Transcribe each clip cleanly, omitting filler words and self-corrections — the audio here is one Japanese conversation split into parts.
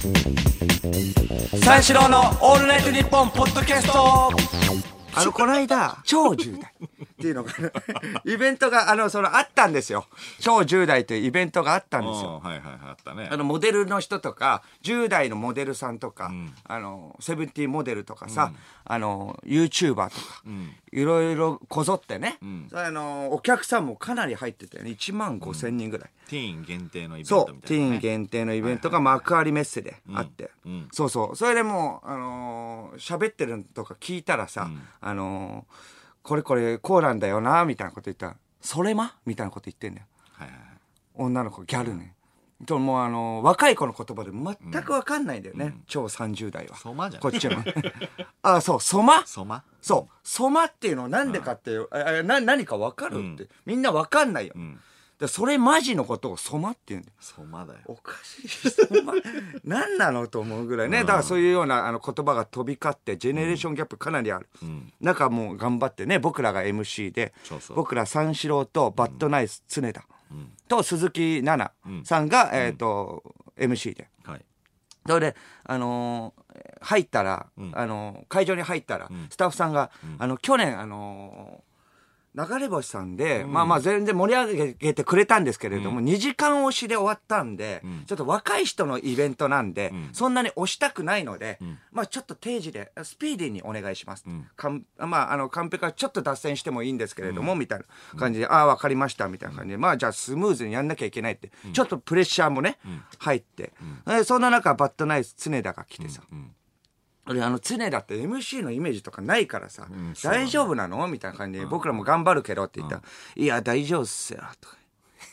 三四郎のオールナイトニッポンポッドキャスト。 この間、超10代っていうのが、イベントが、あったんですよ。超10代というイベントがあったんですよ。 はいはいはい、あったね。 モデルの人とか、10代のモデルさんとか、セブンティーモデルとかさ、YouTuber とか、いろいろこぞってね、お客さんもかなり入ってたよね。1万5千人ぐらい。 ティーン限定のイベンそう、 トみたいな、ね。 ティーン限定のイベントが幕張メッセであって、そうそう。それでもう、喋ってるのとか聞いたらさ、これこうなんだよな、みたいなこと言ったら、それまみたいなこと言ってんだよ。 はいはいはい、 女の子、ギャルね。ともう若い子の言葉で全く分かんないんだよね、超30代は。 ソマじゃん。 こっちの。あ、そう、ソマソマそう、ソマっていうのなんでかっていう、何か分かるって。みんな分かんないよ。でそれマジのことをソマって言うんだよ。 ソマだよ。 おかしい。ソマ何なのと思うぐらいね。だからそういうような言葉が飛び交って、ジェネレーションギャップかなりある。なんかもう頑張ってね、僕らが MC で、僕ら三四郎とバッドナイス常田と鈴木奈々さんが、MC で。 はい。 それで、入ったら、会場に入ったら、スタッフさんが、去年、流れ星さんで、まあ全然盛り上げてくれたんですけれども、2時間押しで終わったんで、ちょっと若い人のイベントなんで、そんなに押したくないので、まあちょっと定時で、スピーディーにお願いします。カンペからちょっと脱線してもいいんですけれども、みたいな感じで、わかりました、みたいな感じで、まあじゃあスムーズにやんなきゃいけないって、ちょっとプレッシャーもね、入って、そんな中、バッドナイス常田が来てさ、俺常田って MC のイメージとかないからさ、大丈夫なのみたいな感じで、僕らも頑張るけどって言ったら、いや大丈夫っすよとか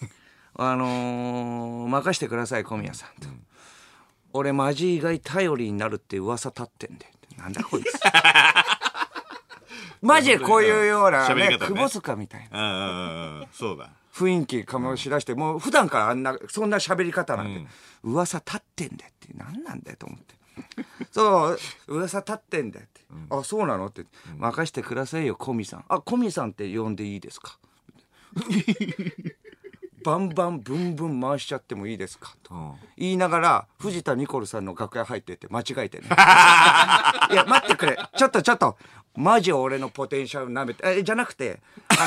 任してください小宮さんと、俺マジ以外頼りになるって噂立ってんで。なんだこいつマジでこういうようなね、窪塚みたいなそうだ雰囲気醸し出して、もう普段からそんな喋り方なんで、噂立ってんでって何なんだよと思って。そう噂立ってんだよって、あそうなのって、任してくださいよ小見さん。小見さんって呼んでいいですかバンバンブンブン回しちゃってもいいですかと言いながら、藤田ニコルさんの楽屋入ってって間違えてねいや待ってくれ、ちょっとマジ俺のポテンシャル舐めて、じゃなくて違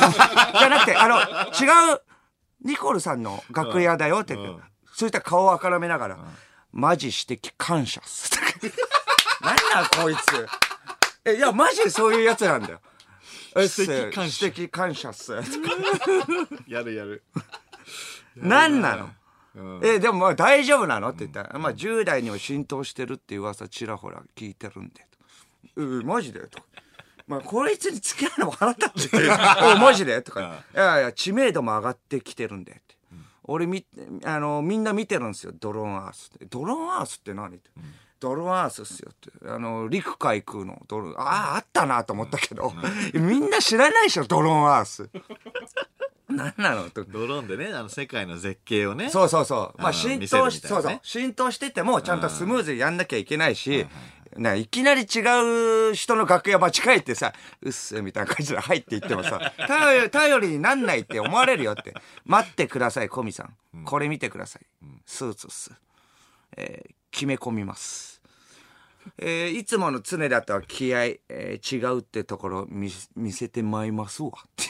うニコルさんの楽屋だよって言って、そういった顔をあからめながら、マジ指摘感謝っすなんなんこいつ。いやマジでそういうやつなんだよ。指摘感謝っすやるなんなの、でもまあ大丈夫なのって言ったら、まあ10代にも浸透してるっていう噂ちらほら聞いてるんでと。マジでとか、まあこいつに付き合うのも腹立ってておマジでとか、いや知名度も上がってきてるんでって、俺みんな見てるんですよ、ドローンアースって。ドローンアースって何って、ドローンアースっすよって、陸海空のドローン、あったなと思ったけど、みんな知らないでしょドローンアース何なのと。 ドローンでね、世界の絶景をね。 そうまあ浸透し、 そうそう浸透しててもちゃんとスムーズにやんなきゃいけないし、いきなり違う人の楽屋間違えてさ、うっすみたいな感じで入っていってもさ、頼りになんないって思われるよって。待ってください小見さん、これ見てください、スーツっす、決め込みます、いつもの常だとは気合、違うってところ見せてまいますわって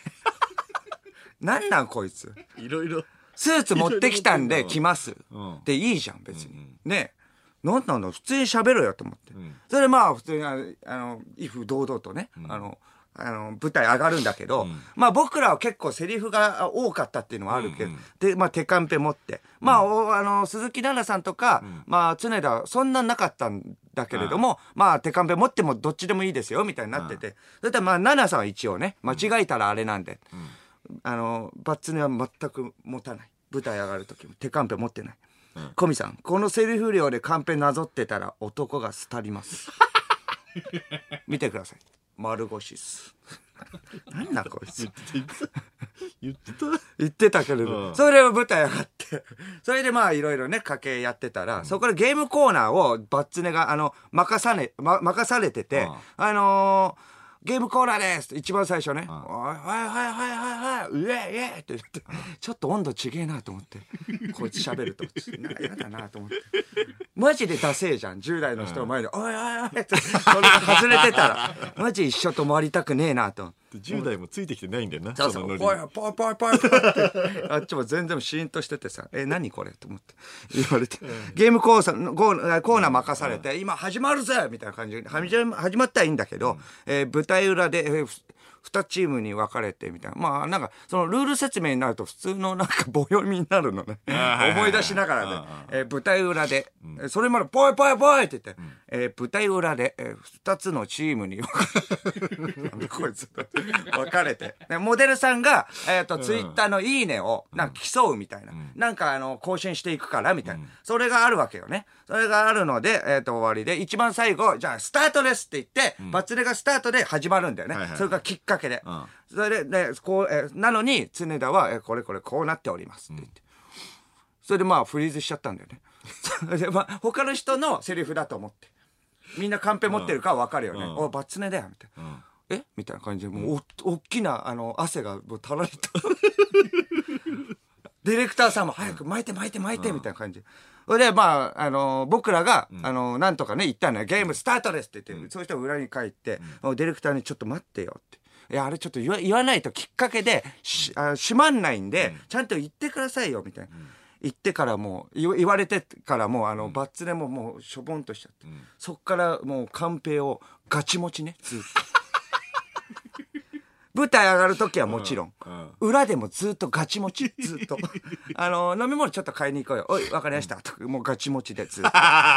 なんなんこいつ、 いろいろスーツ持ってきたんで来ますでいいじゃん別に、ねえ、なんなんだ普通に喋ろよと思って、それでまあ普通に威風堂々とね、舞台上がるんだけど、まあ僕らは結構セリフが多かったっていうのはあるけど、でまあ手カンペ持って、まあ鈴木奈々さんとか、まあ常田そんななかったんだけれども、まあ手カンペ持ってもどっちでもいいですよみたいになってて、それでまあ奈々さんは一応ね、間違えたらあれなんで、バッツネは全く持たない、舞台上がる時も手カンペ持ってない、小見さんこのセリフ量でカンペなぞってたら男が廃ります見てください、丸腰っすなんだこいつ言ってたけれど、それを舞台上がってそれでまあいろいろね賭けやってたら、そこでゲームコーナーをバッツネが任されてて、 ゲームコーナーです一番最初ね、はいはいはいはいはい、うえいえって言って、ちょっと温度ちげえなと思って、こいつ喋ると、嫌だなと思って。マジでダセえじゃん、10代の人の前で、おいおいおいって、それが外れてたら、マジ一緒と回りたくねえなと。 10代もついてきてないんだよな。 そうそう、ポイポイポイポイって、あっちも全然シーンとしててさ、何これと思って言われて、ゲームコーナー任されて、今始まるぜみたいな感じで、始まったらいいんだけど、舞台裏で、2チームに分かれてみたいな。まあなんかそのルール説明になると普通のなんか棒読みになるのね。思い出しながらね、舞台裏で、それまでポイポイポイって言って、舞台裏で、2つのチームにこいつ分かれて、モデルさんが、ツイッターのいいねをなんか競うみたいな、なんか更新していくからみたいな、それがあるわけよね。それがあるので、終わりで一番最後じゃあスタートですって言って、バツレがスタートで始まるんだよね。それがきっかけで、それでこう、なのに常田は、これこうなっておりますって言って、それでまあフリーズしちゃったんだよね。それでまあ他の人のセリフだと思って、みんなカンペ持ってるから分かるよね。おバツネだよみたいな、みたいな感じで、もう大きな汗がもうたらりとディレクターさんも早く巻いてみたいな感じ。それでまあ僕らがなんとかね言ったのよ、ゲームスタートですって言って、そういう人が裏に帰って、ディレクターにちょっと待ってよって。いやあれちょっと言わないときっかけで閉まんないんで、ちゃんと言ってくださいよみたいな、言ってからもう言われてからもうバッツネももうしょぼんとしちゃって、そっからもうカンペをガチ持ちね、ずっと舞台上がる時はもちろん、裏でもずっとガチ持ち、ずっと飲み物ちょっと買いに行こうよ、おいわかりましたとか、もうガチ持ちでずっと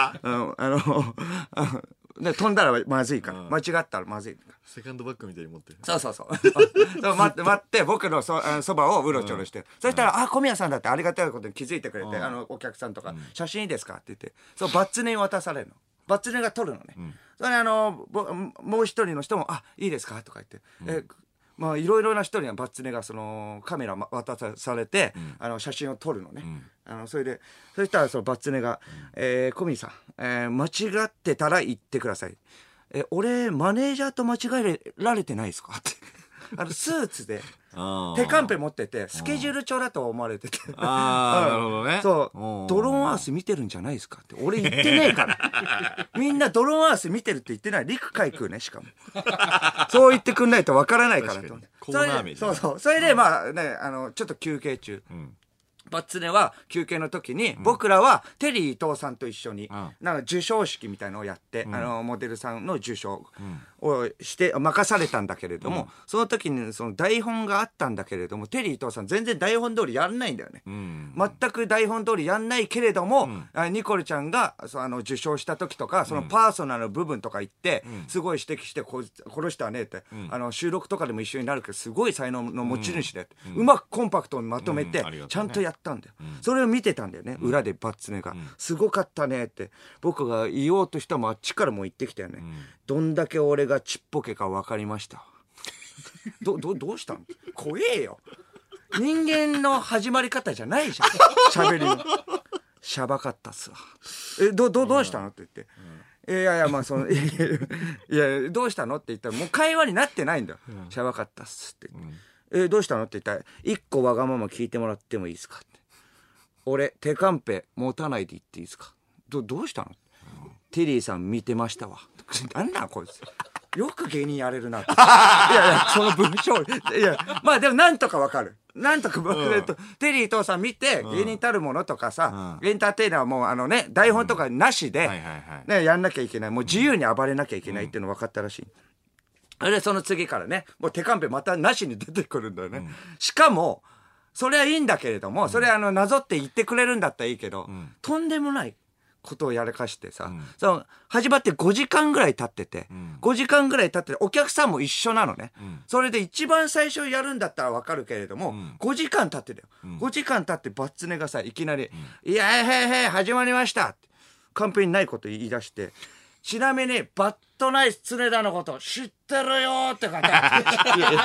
で飛んだらまずいから、間違ったらまずいから、 セカンドバッグみたいに持ってる。 そう待って僕のそばをうろちょろして、そしたら小宮さんだってありがたいことに気づいてくれて、お客さんとか写真いいですかって言って、そうバッツネに渡されるの、バッツネが撮るのね。それもう一人の人もいいですかとか言って、まあいろいろな人にはバッツネがそのカメラ渡されて、写真を撮るのね。そしたらそのバッツネが小宮さん、間違ってたら言ってください。俺マネージャーと間違えられてないですかってスーツで手カンペ持っててスケジュール帳だと思われてて、 なるほどね。 そうドローンアース見てるんじゃないですかって、俺言ってねえからみんなドローンアース見てるって言ってない、陸海空ね、しかもそう言ってくんないとわからないからと。 コーナー名それでまあね、ちょっと休憩中、バッツネは休憩の時に、僕らはテリー伊藤さんと一緒になんか授賞式みたいのをやって、モデルさんの受賞をして任されたんだけれども、その時にその台本があったんだけれども、テリー伊藤さん全然台本通りやんないんだよね、全く台本通りやんないけれども、ニコルちゃんが受賞した時とかそのパーソナル部分とか言って、すごい指摘して、この人はねって、収録とかでも一緒になるけどすごい才能の持ち主で、うまくコンパクトにまとめてちゃんとやったんだよ。それを見てたんだよね、裏でバッツネが、すごかったねって僕が言おうとしたもあっちからも言ってきたよね、どんだけ俺がちっぽけか分かりましたどうしたの、怖えよ、人間の始まり方じゃないじゃん喋りのしゃばかったっすわ、どうしたのって言って、いやまあいやどうしたのって言ったらもう会話になってないんだよ、しゃばかったっすって言って、どうしたのって言ったら、一個わがまま聞いてもらってもいいですかって、俺手カンペ持たないで言っていいですか、どうしたの、テリーさん見てましたわなんなんこいつ、よく芸人やれるなっていやその文章、いやまあでもなんとかわかる、なんとかテリー伊藤さん見て、芸人たるものとかさ、エンターテイナーはもう台本とかなしで、やんなきゃいけない、もう自由に暴れなきゃいけないっていうの分かったらしい。でその次からね、もう手カンペまたなしに出てくるんだよね、しかもそれはいいんだけれども、それなぞって言ってくれるんだったらいいけど、とんでもないことをやらかしてさ、その始まって5時間ぐらい経ってて、5時間ぐらい経ってお客さんも一緒なのね、それで一番最初やるんだったら分かるけれども、5時間経ってたよ、5時間経ってバッツネがさいきなり「いやへ始まりました」ってカンペにないこと言い出して、ちなみにバッドナイス常田のこと知ってるよって方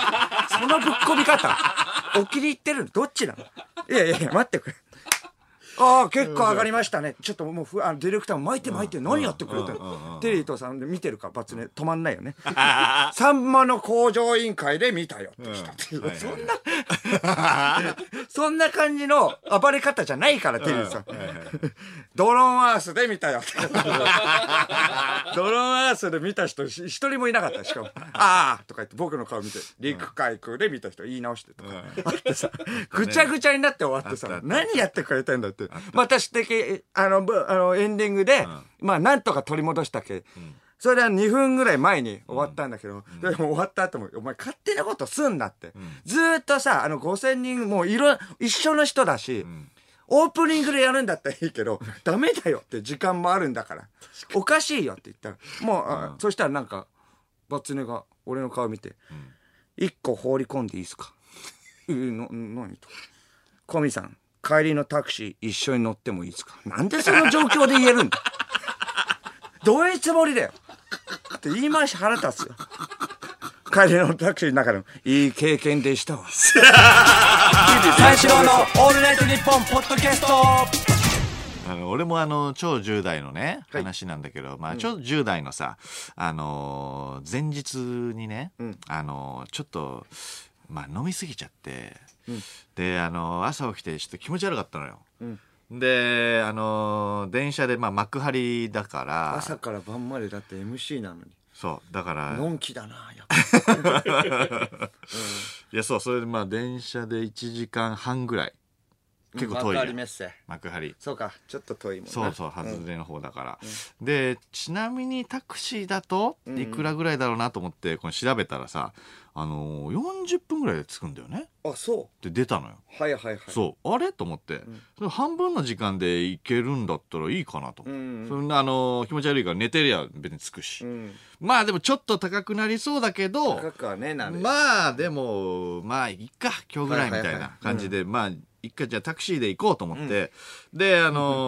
そのぶっ込み方お気に入ってるのどっちなの、いや待ってくれ、 ああ結構上がりましたね。ちょっともうディレクターも巻いて何やってくれてんの。テリーとさんで見てるからバツね止まんないよね。さんまの向上委員会で見たよって来たっていう、そんな感じの暴れ方じゃないからテリーさん。ドローンアースで見たよって。ドローンアースで見た人一人もいなかった。しかもああとか言って僕の顔見て陸海空で見た人言い直してとかあってさ、ぐちゃぐちゃになって終わってさ、何やってくれてんだって。また指摘エンディングでまあなんとか取り戻したけ、それは2分ぐらい前に終わったんだけど、でも終わった後もお前勝手なことすんなって、ずーっとさ5000人もう一緒の人だし、オープニングでやるんだったらいいけどダメだよって時間もあるんだからおかしいよって言ったらもう、そしたらなんかバツネが俺の顔見て1個放り込んでいいですか。何と小見さん帰りのタクシー一緒に乗ってもいいですか。なんでその状況で言えるんだ。どういうつもりだよって言い回し腹立つよ。帰りのタクシーの中でもいい経験でしたわ。 三四郎のオールナイトニッポンポッドキャスト。 俺も超10代のね話なんだけど、まあ超10代のさ前日にね、ちょっとまあ飲みすぎちゃって、で朝起きてちょっと気持ち悪かったのよ。で電車でまあ幕張だから朝から晩までだって MC なのに。 そうだからのんきだなやっぱいやそれでまあ電車で1時間半ぐらい結構遠い、幕張そうかちょっと遠いもんね。 そう外れの方だから、でちなみにタクシーだといくらぐらいだろうなと思ってこれ調べたらさ40分ぐらいで着くんだよね。 あそうで出たのよ。そうあれと思って、それ半分の時間で行けるんだったらいいかなと、そんな気持ち悪いから寝てりゃ別に着くし、まあでもちょっと高くなりそうだけど高くはねなる。 まあでもまあいっか今日ぐらいみたいな感じで、まあ一回じゃあタクシーで行こうと思って、で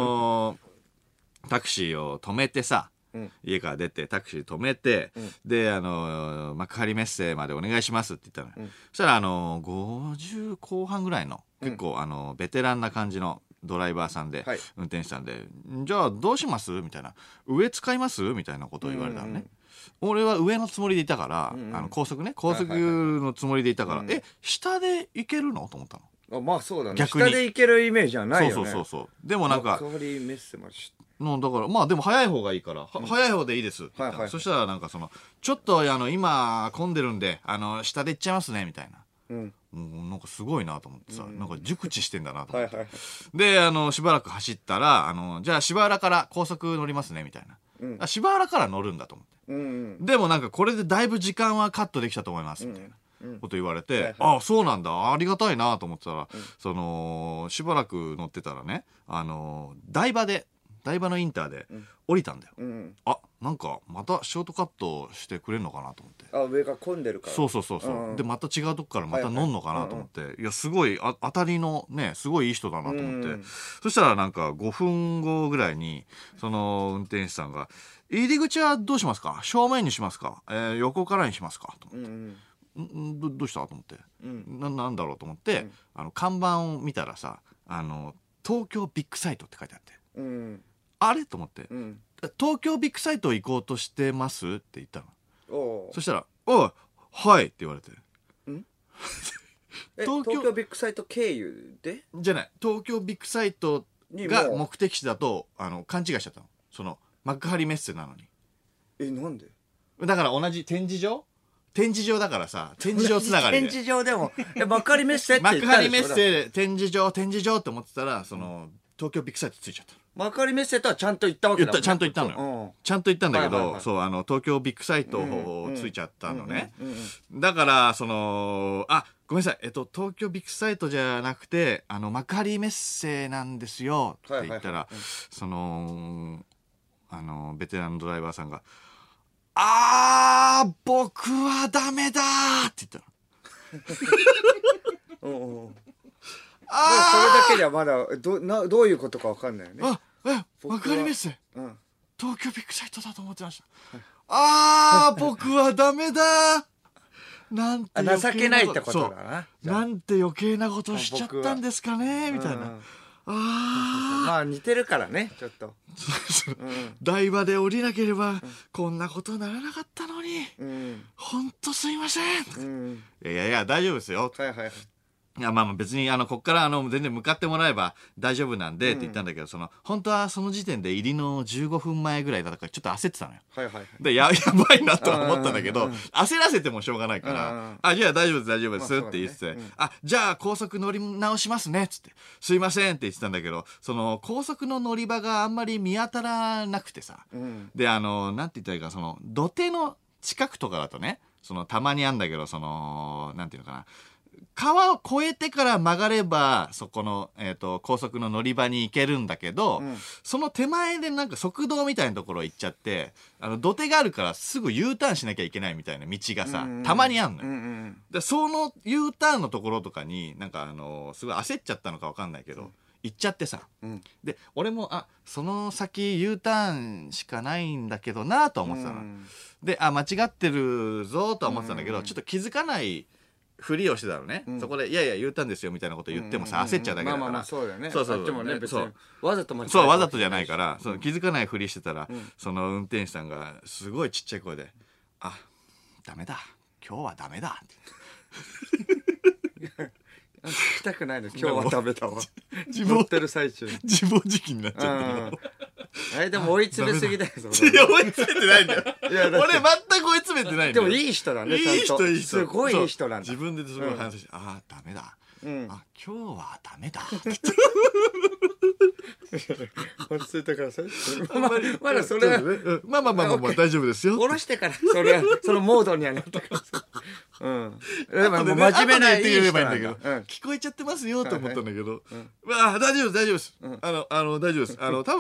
タクシーを止めてさ、家から出てタクシー止めて、で幕張メッセまでお願いしますって言ったの、そしたら50後半ぐらいの結構ベテランな感じのドライバーさんで、運転手さんでじゃあどうしますみたいな、上使いますみたいなことを言われたのね。俺は上のつもりでいたから、高速のつもりでいたから、下で行けるのと思ったの。 まあそうだね。 逆に下で行けるイメージはないよね。 そうでもなんか幕張メッセまでだからまあでも早い方がいいから、早い方でいいですって言った、そしたらなんかちょっと今混んでるんで下で行っちゃいますねみたいな、なんかすごいなと思ってさ、なんか熟知してんだなと思って、でしばらく走ったらじゃあ芝原から高速乗りますねみたいな、芝原から乗るんだと思って、でもなんかこれでだいぶ時間はカットできたと思いますみたいなこと言われて、あそうなんだありがたいなと思ってたら、しばらく乗ってたらね台場のインターで降りたんだよ、あなんかまたショートカットしてくれるのかなと思って、 上が混んでるからそう、でまた違うとこからまた乗んのかなと思って、いやすごい当たりのねすごいいい人だなと思って、そしたらなんか5分後ぐらいにその運転手さんが「入り口はどうしますか？正面にしますか？横からにしますか？」と思って、どうしたと思って、なんだろうと思って、看板を見たらさ東京ビッグサイトって書いてあって、あれと思って、東京ビッグサイト行こうとしてますって言ったの。そしたら「おいはい」って言われて、 東京ビッグサイト経由でじゃない、東京ビッグサイトが目的地だと勘違いしちゃったの、幕張メッセなのに。 なんで？ だから同じ展示場だからさ、展示場つながりで展示場でも幕張メッセって言ったでしょ。 幕張メッセ展示場って思ってたら東京ビッグサイトついちゃった。 幕張メッセとはちゃんと言ったわけだもんね。 ちゃんと言ったのよ、ちゃんと言ったんだけど、そう東京ビッグサイトついちゃったのね。だからごめんなさい、東京ビッグサイトじゃなくて幕張メッセなんですよって言ったら、ベテランのドライバーさんが僕はダメだって言ったの。 それだけではまだどういうことか分かんないよね。 幕張メッセ、東京ビッグサイトだと思ってました。僕はダメだなんて情けないってことだな。 なんて余計なことしちゃったんですかねみたいな。 まあ似てるからねちょっと台場で降りなければこんなことならなかったのに、ほんとすいません、いや大丈夫ですよ、 はいはいはい、 いやまあ別にこっから全然向かってもらえば大丈夫なんでって言ったんだけど、本当はその時点で入りの15分前ぐらいだったからちょっと焦ってたのよ。 はいはいはい、 でやばいなとは思ったんだけど、焦らせてもしょうがないから、じゃあ大丈夫です大丈夫ですって言ってて、じゃあ高速乗り直しますねっつって、すいませんって言ってたんだけど、その高速の乗り場があんまり見当たらなくてさ、でなんて言ったらいいか、土手の近くとかだとね、たまにあんだけど、なんていうのかな、川を越えてから曲がればそこの、高速の乗り場に行けるんだけど、その手前でなんか側道みたいなところ行っちゃって、土手があるからすぐ U ターンしなきゃいけないみたいな道がさ、たまにあんのよ、でその U ターンのところとかになんかすごい焦っちゃったのか分かんないけど、行っちゃってさ、で俺もその先 U ターンしかないんだけどなとは思ってたの、で間違ってるぞとは思ってたんだけど、ちょっと気づかないふりをしてたのね、そこでいやいや言ったんですよみたいなこと言ってもさ、焦っちゃうだけだから、 まあそうだよね、 そうでもね別にわざと間違えたそうわざとじゃないから、気づかないふりしてたら、その運転手さんがすごいちっちゃい声で「ダメだ今日はダメだ」って聞きたくないの、今日はダメだわ乗ってる最中に自暴自棄になっちゃったでも追い詰めすぎだよいや追い詰めてないんだよ俺全く追い詰めてないんだよ。 でもいい人だね、 いい人いい人、 すごいいい人なんだ。 自分でその話して、ダメだ、今日はダメだ落ち着いたからさまだそれはまあ大丈夫ですよ、 下ろしてからそれはそのモードにはなったからさ、でも真面目ないい人なんだけど、 聞こえちゃってますよと思ったんだけど、大丈夫です大丈夫です、大丈夫です、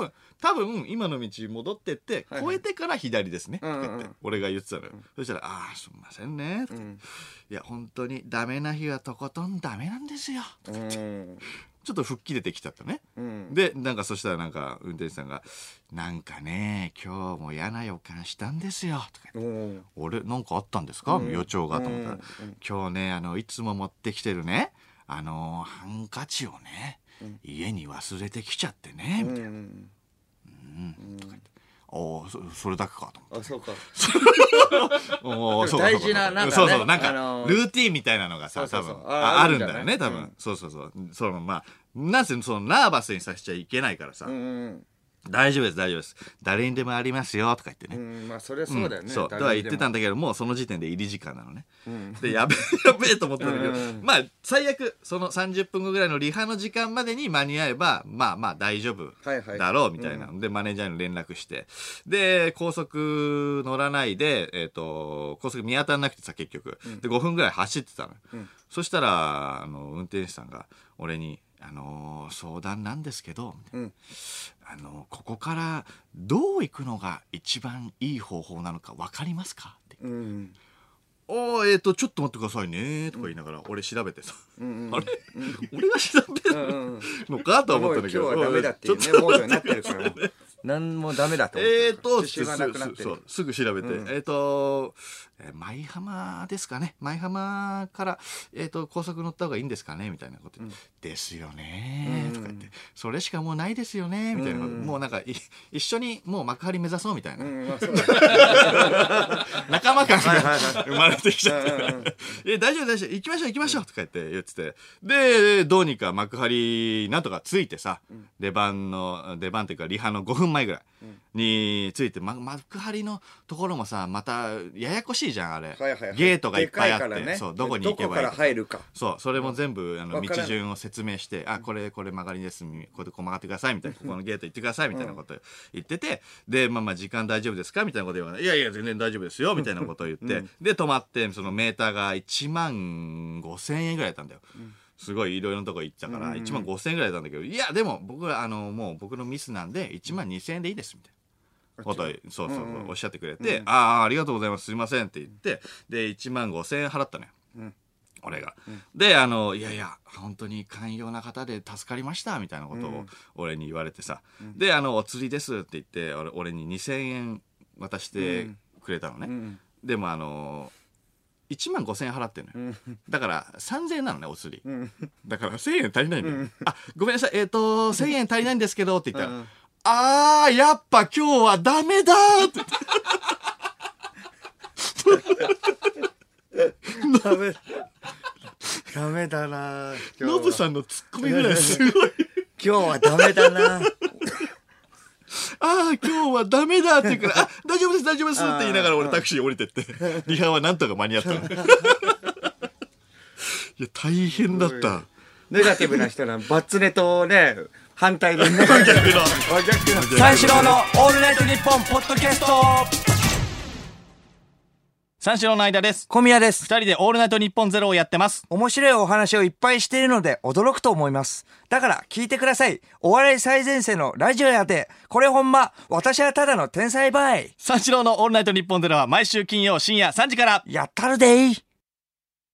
多分今の道戻ってって越えてから左ですねって俺が言ってたのよ。そしたら「すみませんね」いや本当にダメな日はとことんダメなんですよ」とかってちょっと吹っ切れてきちゃったね、でなんかそしたらなんか運転手さんが「なんかね今日も嫌な予感したんですよ」とか言って「俺なんかあったんですか予兆が」と思ったら「今日ねいつも持ってきてるねハンカチをね家に忘れてきちゃってね」みたいな。とか言って、それだけかと思って。 そうか。 大事ななんかそうなんかルーティンみたいなのがさ多分あるんだよね多分。まあなんせナーバスにさせちゃいけないからさ。大丈夫です大丈夫です誰にでもありますよとか言ってね、 まあそりゃそうだよね、 そうとは言ってたんだけど、もうその時点で入り時間なのね、でやべえと思ったんだけど、まあ最悪その30分後ぐらいのリハの時間までに間に合えばまあ大丈夫だろうみたいなので、マネージャーに連絡して、で高速乗らないで高速見当たらなくてさ結局で5分ぐらい走ってたの、そしたら運転手さんが俺に相談なんですけど、ここからどう行くのが一番いい方法なのか分かりますかって、ちょっと待ってくださいねとか言いながら俺調べてさ、あれ俺が調べるのかと思ったんだけど、 今日はダメだっていうねモードになってるから何もダメだと思ってすぐ調べて、舞浜ですかね、舞浜から、高速乗った方がいいんですかねみたいなこと、ですよねとか言って、それしかもうないですよねみたいなこと、もうなんか一緒にもう幕張目指そうみたいな、仲間感が生まれてきちゃって大丈夫大丈夫行きましょうとか言ってて、でどうにか幕張なんとかついてさ、出番というかリハの5分前ぐらいについて、幕張のところもさまたややこしいじゃんあれ、ゲートがいっぱいあって、そうどこに行けばいいか、そうそれも全部道順を説明して、これ曲がりです、ここ曲がってくださいみたいな、ここのゲート行ってくださいみたいなこと言ってて、で時間大丈夫ですかみたいなこと言わない、いやいや全然大丈夫ですよみたいなことを言ってで止まって、そのメーターが1万5,000円ぐらいだったんだよ、すごいいろいろなとこ行ったから1万5,000円ぐらいだったんだけど、いやでも僕はもう僕のミスなんで1万2,000円でいいですみたいなことをそうおっしゃってくれて、ありがとうございますすいませんって言って、で1万5,000円払ったのよ、俺が、でいやいや本当に寛容な方で助かりましたみたいなことを俺に言われてさ、でお釣りですって言って俺に2,000円渡してくれたのね、でも 1万5,000円払ってるのよ。だから3,000円なのね、お釣り。だから1,000円足りないのよ。あ、ごめんなさい、1,000円足りないんですけどって言ったら、やっぱ今日はダメだーってダメだな。 ノブさんのツッコミぐらいすごい。 今日はダメだな。 今日はダメだって言うから、大丈夫です大丈夫ですって言いながら俺タクシー降りてって、リハはなんとか間に合ったの。いや大変だった。 ネガティブな人なバツネとね、反対のね、 逆の三四郎のオールナイトニッポンポッドキャスト。 三四郎の間です。 小宮です。 二人でオールナイトニッポンゼロをやってます。 面白いお話をいっぱいしているので驚くと思います。だから聞いてください。お笑い最前線のラジオやで、これほんま、私はただの天才バイ。 三四郎のオールナイトニッポンゼロは毎週金曜深夜3時から。 やったるでい。